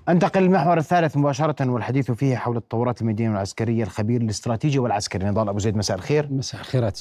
انتقل للمحور الثالث مباشرة والحديث فيه حول التطورات الميدانية والعسكرية. الخبير الاستراتيجي والعسكري نضال أبو زيد، مساء الخير. مساء الخيرات.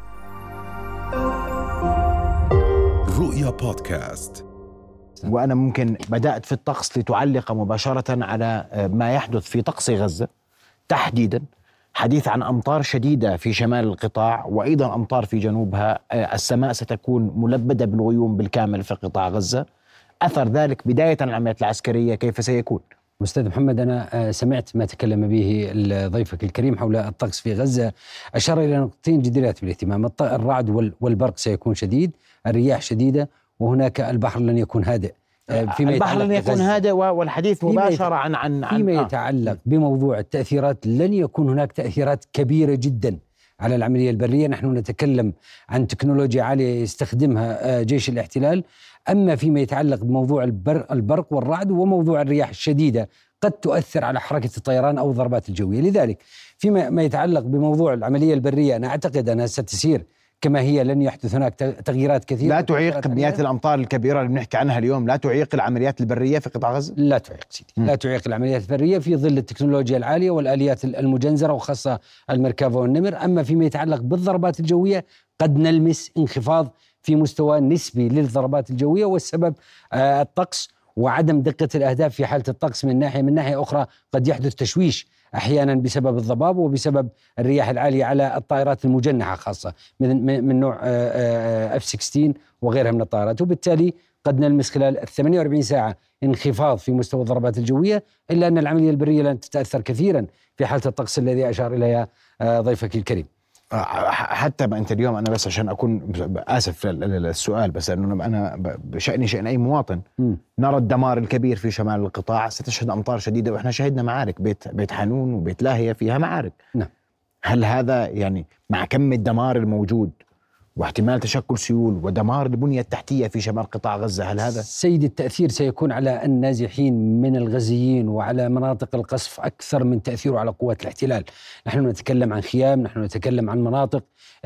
رؤيا بودكاست. وأنا ممكن بدأت في الطقس لتعلق مباشرة على ما يحدث في طقس غزة تحديدا، حديث عن أمطار شديدة في شمال القطاع وأيضا أمطار في جنوبها. السماء ستكون ملبدة بالغيوم بالكامل في قطاع غزة. أثر ذلك بداية العمليات العسكرية كيف سيكون؟ أستاذ محمد، أنا سمعت ما تكلم به ضيفك الكريم حول الطقس في غزة، أشار إلى نقطتين جديرات بالاهتمام. الرعد والبرق سيكون شديد، الرياح شديدة، وهناك البحر لن يكون هادئ. البحر لن يكون هادئ، والحديث مباشرة عن فيما يتعلق بموضوع التأثيرات لن يكون هناك تأثيرات كبيرة جدا على العملية البرية. نحن نتكلم عن تكنولوجيا عالية يستخدمها جيش الاحتلال. أما فيما يتعلق بموضوع البرق والرعد وموضوع الرياح الشديدة قد تؤثر على حركة الطيران أو الضربات الجوية. لذلك فيما يتعلق بموضوع العملية البرية أنا أعتقد أنها ستسير كما هي، لن يحدث هناك تغييرات كثيرة. لا تعيق كميات الأمطار الكبيرة اللي بنحكي عنها اليوم، لا تعيق العمليات البرية في قطاع غزة؟ لا تعيق سيدي، لا تعيق العمليات البرية في ظل التكنولوجيا العالية والآليات المجنزرة وخاصة المركبة والنمر. أما فيما يتعلق بالضربات الجوية قد نلمس انخفاض في مستوى نسبي للضربات الجوية، والسبب الطقس وعدم دقة الأهداف في حالة الطقس من ناحية أخرى قد يحدث تشويش أحيانا بسبب الضباب وبسبب الرياح العالية على الطائرات المجنحة خاصة من نوع F-16 وغيرها من الطائرات، وبالتالي قد نلمس خلال 48 ساعة انخفاض في مستوى الضربات الجوية، إلا أن العملية البرية لن تتأثر كثيرا في حالة الطقس الذي أشار إليها ضيفك الكريم. حتى ما أنت اليوم، أنا بس عشان أكون آسف للسؤال، بس أنه أنا بشأني شأن أي مواطن، نرى الدمار الكبير في شمال القطاع، ستشهد أمطار شديدة، وإحنا شهدنا معارك بيت حانون وبيت لاهية فيها معارك. نعم. هل هذا يعني مع كم الدمار الموجود واحتمال تشكل سيول ودمار البنية التحتية في شمال قطاع غزة، هل هذا سيد التأثير سيكون على النازحين من الغزيين وعلى مناطق القصف أكثر من تأثيره على قوات الاحتلال؟ نحن نتكلم عن خيام، نحن نتكلم عن مناطق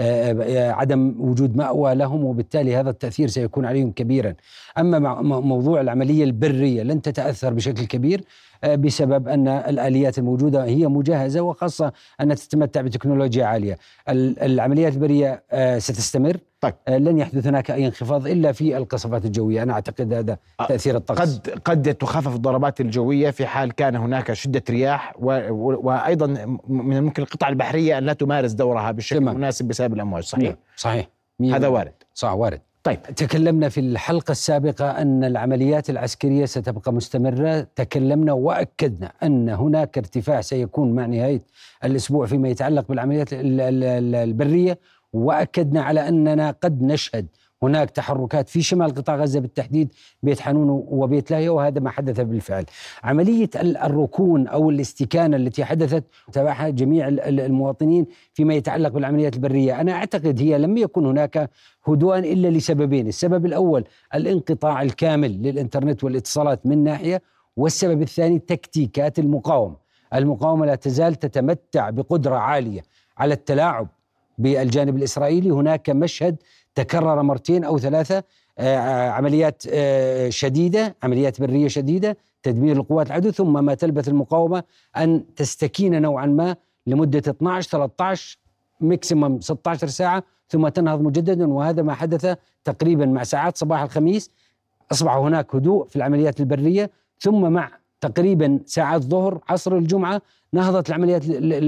عدم وجود مأوى لهم، وبالتالي هذا التأثير سيكون عليهم كبيرا. أما موضوع العملية البرية لن تتأثر بشكل كبير بسبب أن الآليات الموجودة هي مجهزة، وخاصة أن تتمتع بتكنولوجيا عالية. العمليات البرية ستستمر. طيب. لن يحدث هناك أي انخفاض إلا في القصفات الجوية. أنا أعتقد هذا تأثير الطقس. قد تخفف الضربات الجوية في حال كان هناك شدة رياح، وأيضا من الممكن القطع البحرية أن لا تمارس دورها بالشكل المناسب بسبب الأمواج. صحيح؟ صحيح. هذا وارد. صح، وارد. طيب، تكلمنا في الحلقة السابقة أن العمليات العسكرية ستبقى مستمرة. تكلمنا وأكدنا أن هناك ارتفاع سيكون مع نهاية الأسبوع فيما يتعلق بالعمليات البرية، وأكدنا على أننا قد نشهد هناك تحركات في شمال قطاع غزة بالتحديد، بيت حانون وبيت لاهية، وهذا ما حدث بالفعل. عملية الركون أو الاستكانة التي حدثت تبعها جميع المواطنين فيما يتعلق بالعمليات البرية، أنا أعتقد هي لم يكن هناك هدوءا إلا لسببين. السبب الأول الانقطاع الكامل للإنترنت والاتصالات من ناحية، والسبب الثاني تكتيكات المقاومة لا تزال تتمتع بقدرة عالية على التلاعب بالجانب الإسرائيلي. هناك مشهد تكرر مرتين أو ثلاثة، عمليات شديدة، عمليات برية شديدة، تدمير القوات العدو، ثم ما تلبث المقاومة أن تستكين نوعا ما لمدة 12 13 ماكسيمم 16 ساعة ثم تنهض مجددا. وهذا ما حدث تقريبا مع ساعات صباح الخميس، أصبح هناك هدوء في العمليات البرية، ثم مع تقريبا ساعات ظهر عصر الجمعة نهضت العمليات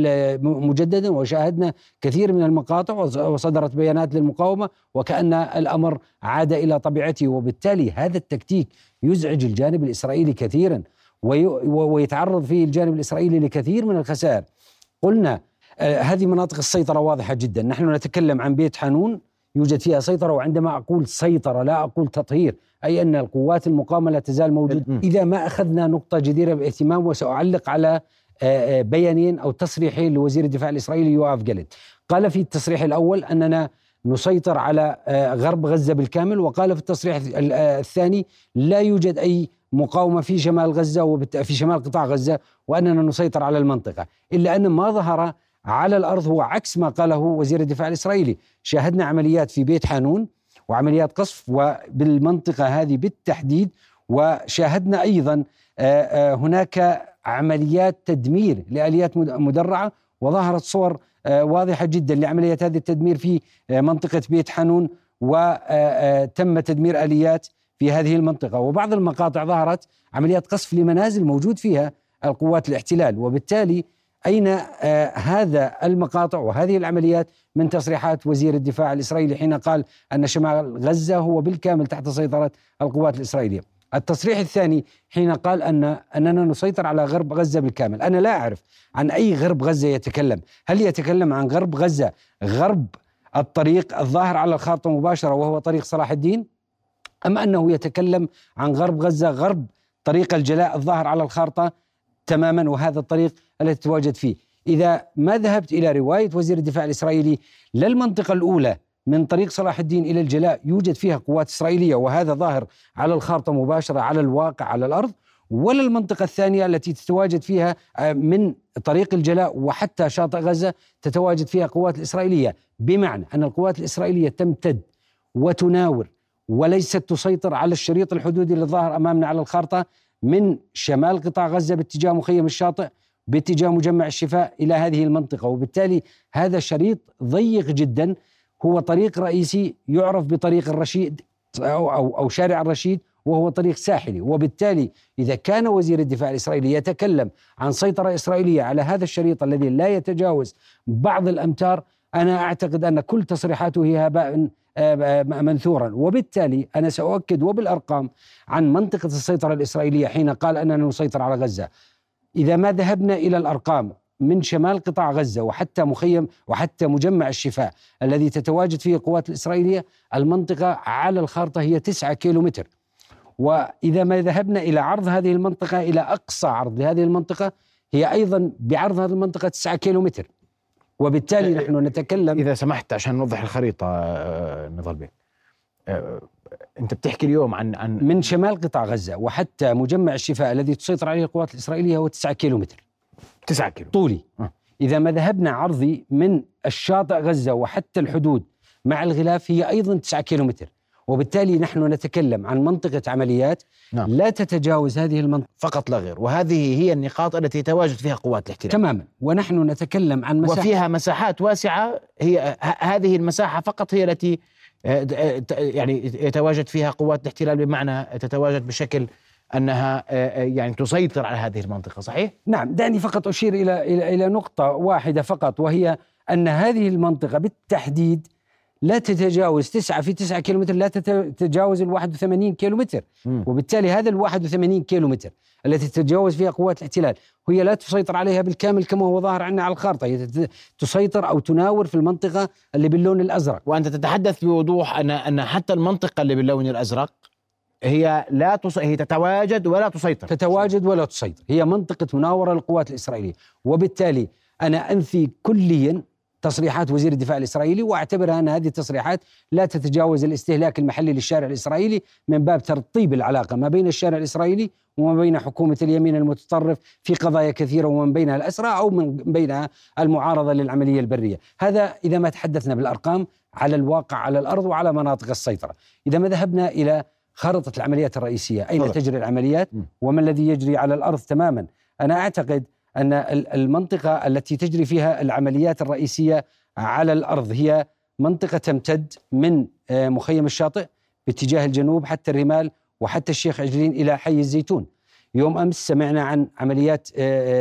مجددا، وشاهدنا كثير من المقاطع وصدرت بيانات للمقاومة وكأن الأمر عاد إلى طبيعته. وبالتالي هذا التكتيك يزعج الجانب الإسرائيلي كثيرا، ويتعرض فيه الجانب الإسرائيلي لكثير من الخسائر. قلنا هذه مناطق السيطرة واضحة جدا. نحن نتكلم عن بيت حانون يوجد فيها سيطرة، وعندما أقول سيطرة لا أقول تطهير، أي أن القوات المقاومة لا تزال موجودة. إذا ما أخذنا نقطة جديرة بالاهتمام، وسأعلق على بيانين أو تصريحين لوزير الدفاع الإسرائيلي يوآف جالنت. قال في التصريح الأول أننا نسيطر على غرب غزة بالكامل، وقال في التصريح الثاني لا يوجد أي مقاومة في شمال غزة وفي شمال قطاع غزة، وأننا نسيطر على المنطقة. إلا أن ما ظهر على الأرض هو عكس ما قاله وزير الدفاع الإسرائيلي. شاهدنا عمليات في بيت حانون وعمليات قصف وبالمنطقة هذه بالتحديد، وشاهدنا أيضا هناك عمليات تدمير لآليات مدرعة، وظهرت صور واضحة جدا لعمليات هذه التدمير في منطقة بيت حانون، وتم تدمير آليات في هذه المنطقة. وبعض المقاطع ظهرت عمليات قصف لمنازل موجود فيها القوات الاحتلال. وبالتالي أين هذا المقاطع وهذه العمليات من تصريحات وزير الدفاع الإسرائيلي حين قال أن شمال غزة هو بالكامل تحت سيطرة القوات الإسرائيلية؟ التصريح الثاني حين قال أننا نسيطر على غرب غزة بالكامل. أنا لا أعرف عن أي غرب غزة يتكلم. هل يتكلم عن غرب غزة غرب الطريق الظاهر على الخارطة مباشرة وهو طريق صلاح الدين، أم أنه يتكلم عن غرب غزة غرب طريق الجلاء الظاهر على الخارطة تماما وهذا الطريق الذي تتواجد فيه؟ إذا ما ذهبت إلى رواية وزير الدفاع الإسرائيلي، للمنطقة الأولى من طريق صلاح الدين إلى الجلاء يوجد فيها قوات إسرائيلية وهذا ظاهر على الخارطة مباشرة على الواقع على الأرض، ولا المنطقة الثانية التي تتواجد فيها من طريق الجلاء وحتى شاطئ غزة تتواجد فيها قوات الإسرائيلية، بمعنى أن القوات الإسرائيلية تمتد وتناور وليست تسيطر على الشريط الحدودي اللي ظاهر أمامنا على الخارطة من شمال قطاع غزة باتجاه مخيم الشاطئ باتجاه مجمع الشفاء إلى هذه المنطقة. وبالتالي هذا شريط ضيق جدا، هو طريق رئيسي يعرف بطريق الرشيد أو شارع الرشيد، وهو طريق ساحلي. وبالتالي إذا كان وزير الدفاع الإسرائيلي يتكلم عن سيطرة إسرائيلية على هذا الشريط الذي لا يتجاوز بعض الأمتار، أنا أعتقد أن كل تصريحاته هي هباء منثورا. وبالتالي أنا سأؤكد وبالأرقام عن منطقة السيطرة الإسرائيلية حين قال أننا نسيطر على غزة. إذا ما ذهبنا إلى الأرقام من شمال قطاع غزة وحتى مخيم وحتى مجمع الشفاء الذي تتواجد فيه القوات الإسرائيلية، المنطقة على الخارطة هي 9 كيلومتر. وإذا ما ذهبنا إلى عرض هذه المنطقة إلى أقصى عرض لهذه المنطقة هي أيضا بعرض هذه المنطقة 9 كيلومتر. وبالتالي نحن نتكلم، إذا سمحت عشان نوضح الخريطة نضال بيك، أنت بتحكي اليوم عن من شمال قطاع غزة وحتى مجمع الشفاء الذي تسيطر عليه القوات الإسرائيلية هو 9 كيلومتر 9 كيلو طولي. إذا ما ذهبنا عرضي من الشاطئ غزة وحتى الحدود مع الغلاف هي أيضا 9 كيلومتر. وبالتالي نحن نتكلم عن منطقة عمليات لا تتجاوز هذه المنطقة فقط لا غير، وهذه هي النقاط التي يتواجد فيها قوات الاحتلال تماما. ونحن نتكلم عن وفيها مساحات واسعة، هي هذه المساحة فقط هي التي يعني يتواجد فيها قوات الاحتلال، بمعنى تتواجد بشكل أنها يعني تسيطر على هذه المنطقة، صحيح؟ نعم. دعني فقط أشير إلى نقطة واحدة فقط، وهي أن هذه المنطقة بالتحديد لا تتجاوز 9 كيلومتر، لا تتجاوز 81 كيلومتر. وبالتالي هذا 81 كيلومتر التي تتجاوز فيها قوات الاحتلال هي لا تسيطر عليها بالكامل كما هو ظاهر عنا على الخارطة، هي تسيطر أو تناور في المنطقة اللي باللون الأزرق. وأنت تتحدث بوضوح أن حتى المنطقة اللي باللون الأزرق هي هي تتواجد ولا تسيطر، تتواجد ولا تسيطر، هي منطقة مناورة للقوات الإسرائيلية. وبالتالي أنا أنفي كليا تصريحات وزير الدفاع الإسرائيلي، وأعتبرها أن هذه التصريحات لا تتجاوز الاستهلاك المحلي للشارع الإسرائيلي من باب ترطيب العلاقة ما بين الشارع الإسرائيلي وما بين حكومة اليمين المتطرف في قضايا كثيرة، ومن بينها الأسرى أو من بينها المعارضة للعملية البرية. هذا إذا ما تحدثنا بالأرقام على الواقع على الأرض وعلى مناطق السيطرة. إذا ما ذهبنا إلى خارطة العمليات الرئيسية أين تجري العمليات وما الذي يجري على الأرض تماما، أنا أعتقد أن المنطقة التي تجري فيها العمليات الرئيسية على الأرض هي منطقة تمتد من مخيم الشاطئ باتجاه الجنوب حتى الرمال وحتى الشيخ عجلين إلى حي الزيتون. يوم أمس سمعنا عن عمليات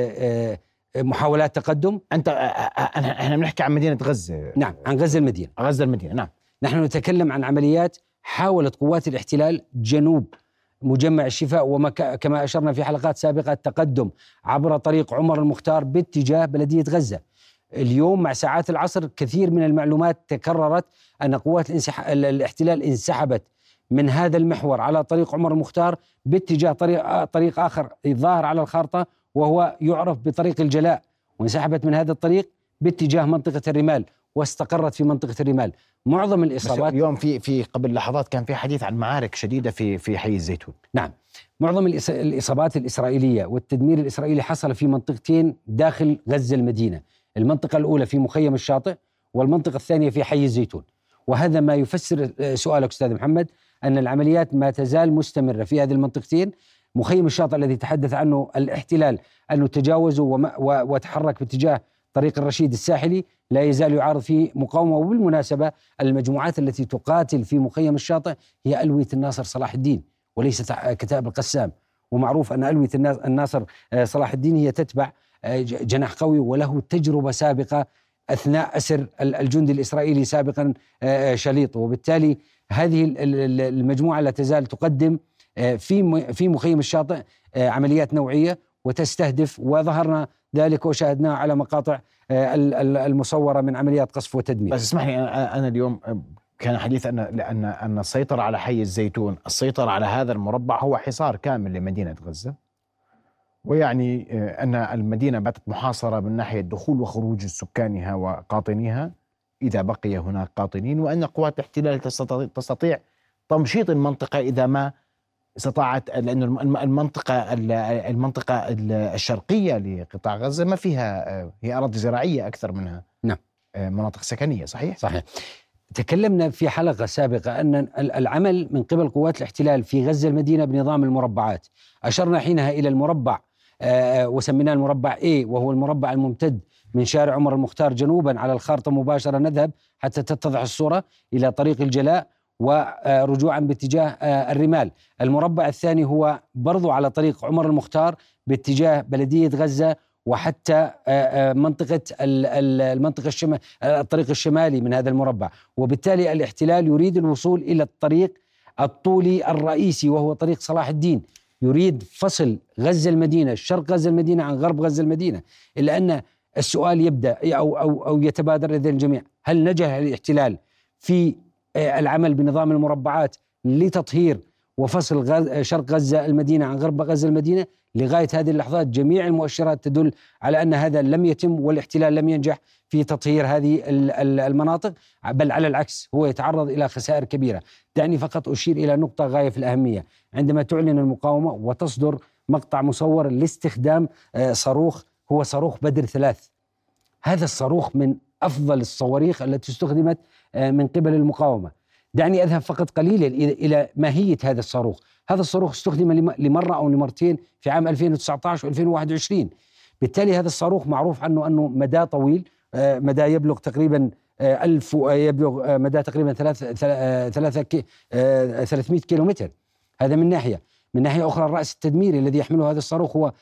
محاولات تقدم. احنا بنحكي عن مدينة غزة. نعم، عن غزة المدينة. نعم، نحن نتكلم عن عمليات حاولت قوات الاحتلال جنوب مجمع الشفاء وكما أشرنا في حلقات سابقة التقدم عبر طريق عمر المختار باتجاه بلدية غزة. اليوم مع ساعات العصر كثير من المعلومات تكررت أن قوات الاحتلال انسحبت من هذا المحور على طريق عمر المختار باتجاه طريق آخر ظاهر على الخارطة وهو يعرف بطريق الجلاء، وانسحبت من هذا الطريق باتجاه منطقة الرمال واستقرت في منطقة الرمال. معظم الإصابات اليوم في قبل لحظات كان في حديث عن معارك شديدة في حي الزيتون. نعم، معظم الإصابات الإسرائيلية والتدمير الإسرائيلي حصل في منطقتين داخل غزة المدينة، المنطقة الأولى في مخيم الشاطئ والمنطقة الثانية في حي الزيتون. وهذا ما يفسر سؤالك أستاذ محمد أن العمليات ما تزال مستمرة في هذه المنطقتين. مخيم الشاطئ الذي تحدث عنه الاحتلال أنه تجاوز وتحرك باتجاه طريق الرشيد الساحلي، لا يزال يعارض فيه مقاومة. وبالمناسبة المجموعات التي تقاتل في مخيم الشاطئ هي ألوية الناصر صلاح الدين وليست كتائب القسام، ومعروف أن ألوية الناصر صلاح الدين هي تتبع جناح قوي وله تجربة سابقة أثناء أسر الجندي الإسرائيلي سابقا شليط. وبالتالي هذه المجموعة لا تزال تقدم في مخيم الشاطئ عمليات نوعية وتستهدف، وظهرنا ذلك وشاهدناه على مقاطع المصورة من عمليات قصف وتدمير. بس اسمح لي، أنا اليوم كان حديث أن السيطرة على حي الزيتون، السيطرة على هذا المربع هو حصار كامل لمدينة غزة، ويعني أن المدينة باتت محاصرة من ناحية دخول وخروج سكانها وقاطنيها إذا بقي هناك قاطنين، وأن قوات الاحتلال تستطيع تمشيط المنطقة إذا ما استطاعت، لأن المنطقة الشرقية لقطاع غزة ما فيها، هي أراضي زراعية أكثر منها نعم مناطق سكنية. صحيح؟ صحيح. تكلمنا في حلقة سابقة أن العمل من قبل قوات الاحتلال في غزة المدينة بنظام المربعات، أشرنا حينها إلى المربع وسميناه المربع A، وهو المربع الممتد من شارع عمر المختار جنوبا على الخارطة مباشرة، نذهب حتى تتضح الصورة إلى طريق الجلاء ورجوعا باتجاه الرمال. المربع الثاني هو برضو على طريق عمر المختار باتجاه بلدية غزة وحتى الطريق الشمالي من هذا المربع. وبالتالي الاحتلال يريد الوصول إلى الطريق الطولي الرئيسي وهو طريق صلاح الدين، يريد فصل غزة المدينة، شرق غزة المدينة عن غرب غزة المدينة. إلا أن السؤال يبدأ أو يتبادر لدى الجميع: هل نجح الاحتلال في العمل بنظام المربعات لتطهير وفصل شرق غزة المدينة عن غرب غزة المدينة؟ لغاية هذه اللحظات جميع المؤشرات تدل على أن هذا لم يتم، والاحتلال لم ينجح في تطهير هذه المناطق، بل على العكس هو يتعرض إلى خسائر كبيرة. دعني فقط أشير إلى نقطة غاية في الأهمية. عندما تعلن المقاومة وتصدر مقطع مصور لاستخدام صاروخ، هو صاروخ بدر 3، هذا الصاروخ من أفضل الصواريخ التي استخدمت من قبل المقاومة. دعني أذهب فقط قليلا إلى ماهية هذا الصاروخ. هذا الصاروخ استخدم لمرة أو لمرتين في عام 2019 و2021. بالتالي هذا الصاروخ معروف عنه أنه مدى طويل، مدى يبلغ تقريبا يبلغ مدى تقريبا 300 كيلومتر. هذا من ناحية. من ناحية أخرى الرأس التدميري الذي يحمله هذا الصاروخ هو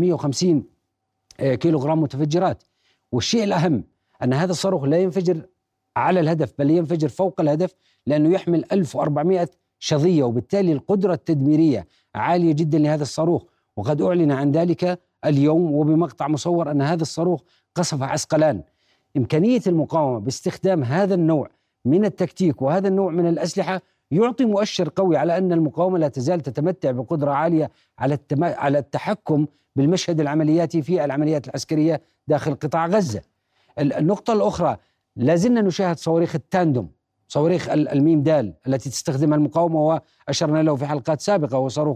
350 كيلوغرام متفجرات. والشيء الأهم أن هذا الصاروخ لا ينفجر على الهدف بل ينفجر فوق الهدف، لأنه يحمل 1400 شظية، وبالتالي القدرة التدميرية عالية جدا لهذا الصاروخ. وقد أعلن عن ذلك اليوم وبمقطع مصور أن هذا الصاروخ قصف عسقلان. إمكانية المقاومة باستخدام هذا النوع من التكتيك وهذا النوع من الأسلحة يعطي مؤشر قوي على أن المقاومة لا تزال تتمتع بقدرة عالية على التحكم بالمشهد العملياتي في العمليات العسكرية داخل قطاع غزة. النقطة الأخرى، لازلنا نشاهد صواريخ التاندوم، صواريخ الميم دال التي تستخدمها المقاومة، وأشرنا له في حلقات سابقة، وصاروخ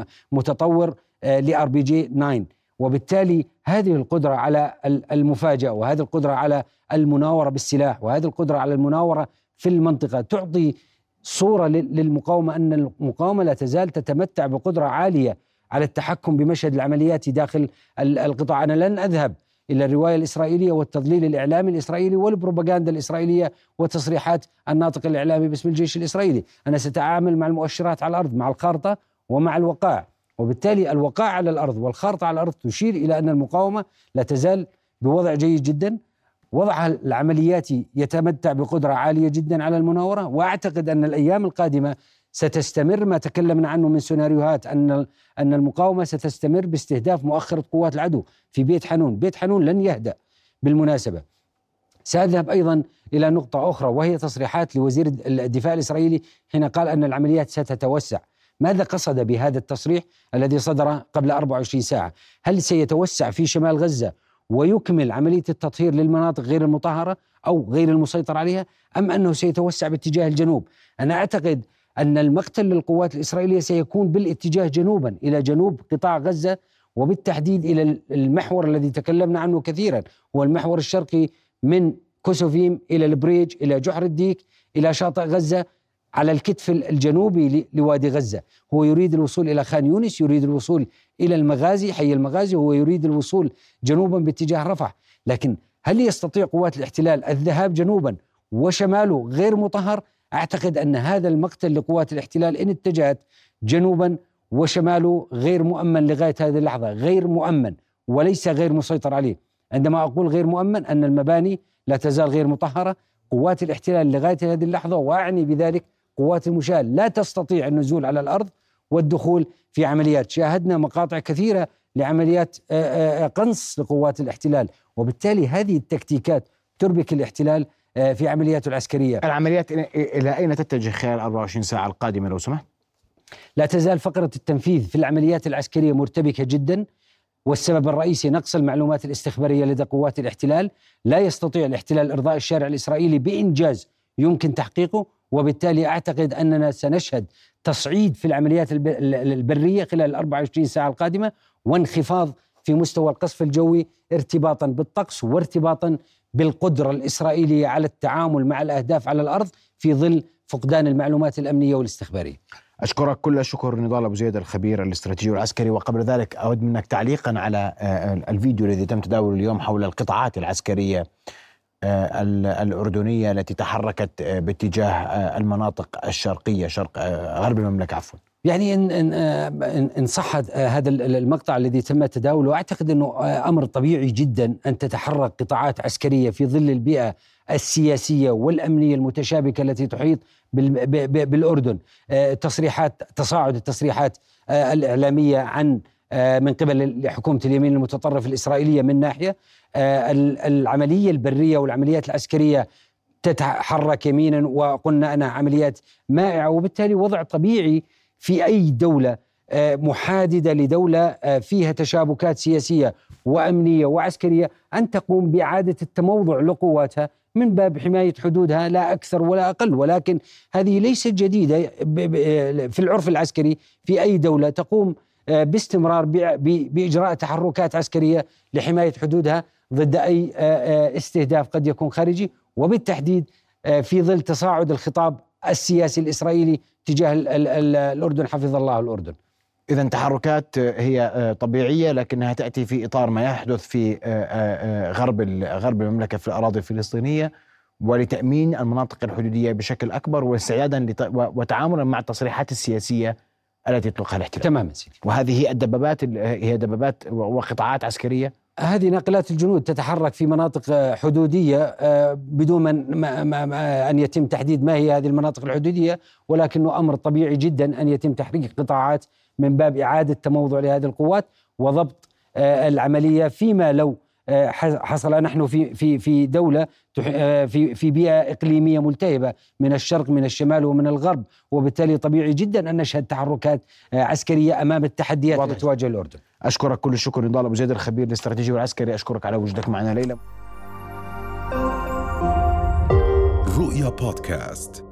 متطور لRPG 9. وبالتالي هذه القدرة على المفاجأة، وهذه القدرة على المناورة بالسلاح، وهذه القدرة على المناورة في المنطقة تعطي صورة للمقاومة أن المقاومة لا تزال تتمتع بقدرة عالية على التحكم بمشهد العمليات داخل القطاع. أنا لن أذهب إلى الرواية الإسرائيلية والتضليل الإعلامي الإسرائيلي والبروباغندا الإسرائيلية وتصريحات الناطق الإعلامي باسم الجيش الإسرائيلي. أنا سأتعامل مع المؤشرات على الأرض، مع الخارطة ومع الوقائع. وبالتالي الوقائع على الأرض والخارطة على الأرض تشير إلى أن المقاومة لا تزال بوضع جيد جدا، وضعها العملياتي يتمتع بقدرة عالية جدا على المناورة. وأعتقد أن الأيام القادمة ستستمر ما تكلمنا عنه من سيناريوهات، أن المقاومة ستستمر باستهداف مؤخرة قوات العدو في بيت حنون. بيت حنون لن يهدأ بالمناسبة. سأذهب أيضا إلى نقطة أخرى، وهي تصريحات لوزير الدفاع الإسرائيلي حين قال أن العمليات ستتوسع. ماذا قصد بهذا التصريح الذي صدر قبل 24 ساعة؟ هل سيتوسع في شمال غزة ويكمل عملية التطهير للمناطق غير المطهرة أو غير المسيطر عليها، أم أنه سيتوسع باتجاه الجنوب؟ أنا أعتقد أن المقتل للقوات الإسرائيلية سيكون بالاتجاه جنوبا إلى جنوب قطاع غزة، وبالتحديد إلى المحور الذي تكلمنا عنه كثيرا، هو المحور الشرقي من كوسوفيم إلى البريج إلى جحر الديك إلى شاطئ غزة. على الكتف الجنوبي لوادي غزة. هو يريد الوصول إلى خان يونس، يريد الوصول إلى المغازي، حي المغازي، هو يريد الوصول جنوبا باتجاه رفح. لكن هل يستطيع قوات الاحتلال الذهاب جنوبا وشماله غير مطهر؟ أعتقد أن هذا المقتل لقوات الاحتلال إن اتجهت جنوبا وشماله غير مؤمن لغاية هذه اللحظة، غير مؤمن وليس غير مسيطر عليه. عندما أقول غير مؤمن أن المباني لا تزال غير مطهرة. قوات الاحتلال لغاية هذه اللحظة، وأعني بذلك قوات المشاة، لا تستطيع النزول على الأرض والدخول في عمليات. شاهدنا مقاطع كثيرة لعمليات قنص لقوات الاحتلال، وبالتالي هذه التكتيكات تربك الاحتلال في عملياته العسكرية. العمليات إلى أين تتجه خلال 24 ساعة القادمة لو سمحت؟ لا تزال فقرة التنفيذ في العمليات العسكرية مرتبكة جدا، والسبب الرئيسي نقص المعلومات الاستخبارية لدى قوات الاحتلال. لا يستطيع الاحتلال إرضاء الشارع الإسرائيلي بإنجاز يمكن تحقيقه، وبالتالي أعتقد أننا سنشهد تصعيد في العمليات البرية خلال 24 ساعة القادمة، وانخفاض في مستوى القصف الجوي ارتباطا بالطقس وارتباطا بالقدرة الإسرائيلية على التعامل مع الأهداف على الأرض في ظل فقدان المعلومات الأمنية والاستخبارية. أشكرك كل الشكر نضال أبو زيد الخبير الاستراتيجي والعسكري. وقبل ذلك أود منك تعليقا على الفيديو الذي تم تداوله اليوم حول القطاعات العسكرية الأردنية التي تحركت باتجاه المناطق الشرقية، شرق غرب المملكة عفوا. يعني إن صح هذا المقطع الذي تم تداوله، أعتقد أنه أمر طبيعي جدا أن تتحرك قطاعات عسكرية في ظل البيئة السياسية والأمنية المتشابكة التي تحيط بالأردن. تصاعد التصريحات الإعلامية عن من قبل حكومة اليمين المتطرف الإسرائيلية من ناحية، العملية البرية والعمليات العسكرية تتحرك يمينا، وقلنا أنها عمليات مائعة، وبالتالي وضع طبيعي في أي دولة محاددة لدولة فيها تشابكات سياسية وأمنية وعسكرية أن تقوم بإعادة التموضع لقواتها من باب حماية حدودها لا أكثر ولا أقل. ولكن هذه ليست جديدة في العرف العسكري في أي دولة تقوم باستمرار بإجراء تحركات عسكرية لحماية حدودها ضد أي استهداف قد يكون خارجي، وبالتحديد في ظل تصاعد الخطاب السياسي الإسرائيلي تجاه الأردن حفظ الله الأردن. إذن تحركات هي طبيعية، لكنها تأتي في إطار ما يحدث في غرب المملكة في الأراضي الفلسطينية، ولتأمين المناطق الحدودية بشكل أكبر، واستعدادا وتعاملا مع التصريحات السياسية التي يطلقها الاحتلال. تماما سيدي. وهذه الدبابات هي دبابات وقطاعات عسكرية. هذه ناقلات الجنود تتحرك في مناطق حدودية بدون أن يتم تحديد ما هي هذه المناطق الحدودية، ولكنه أمر طبيعي جدا أن يتم تحريك قطاعات من باب إعادة تموضع لهذه القوات وضبط العملية. فيما لو حصل نحن في دولة في بيئة إقليمية ملتهبة من الشرق من الشمال ومن الغرب، وبالتالي طبيعي جدا أن نشهد تحركات عسكرية أمام التحديات التي تواجه الأردن. أشكرك كل الشكر نضال أبو زيد الخبير الاستراتيجي والعسكري. أشكرك على وجودك معنا ليلى. رؤيا بودكاست.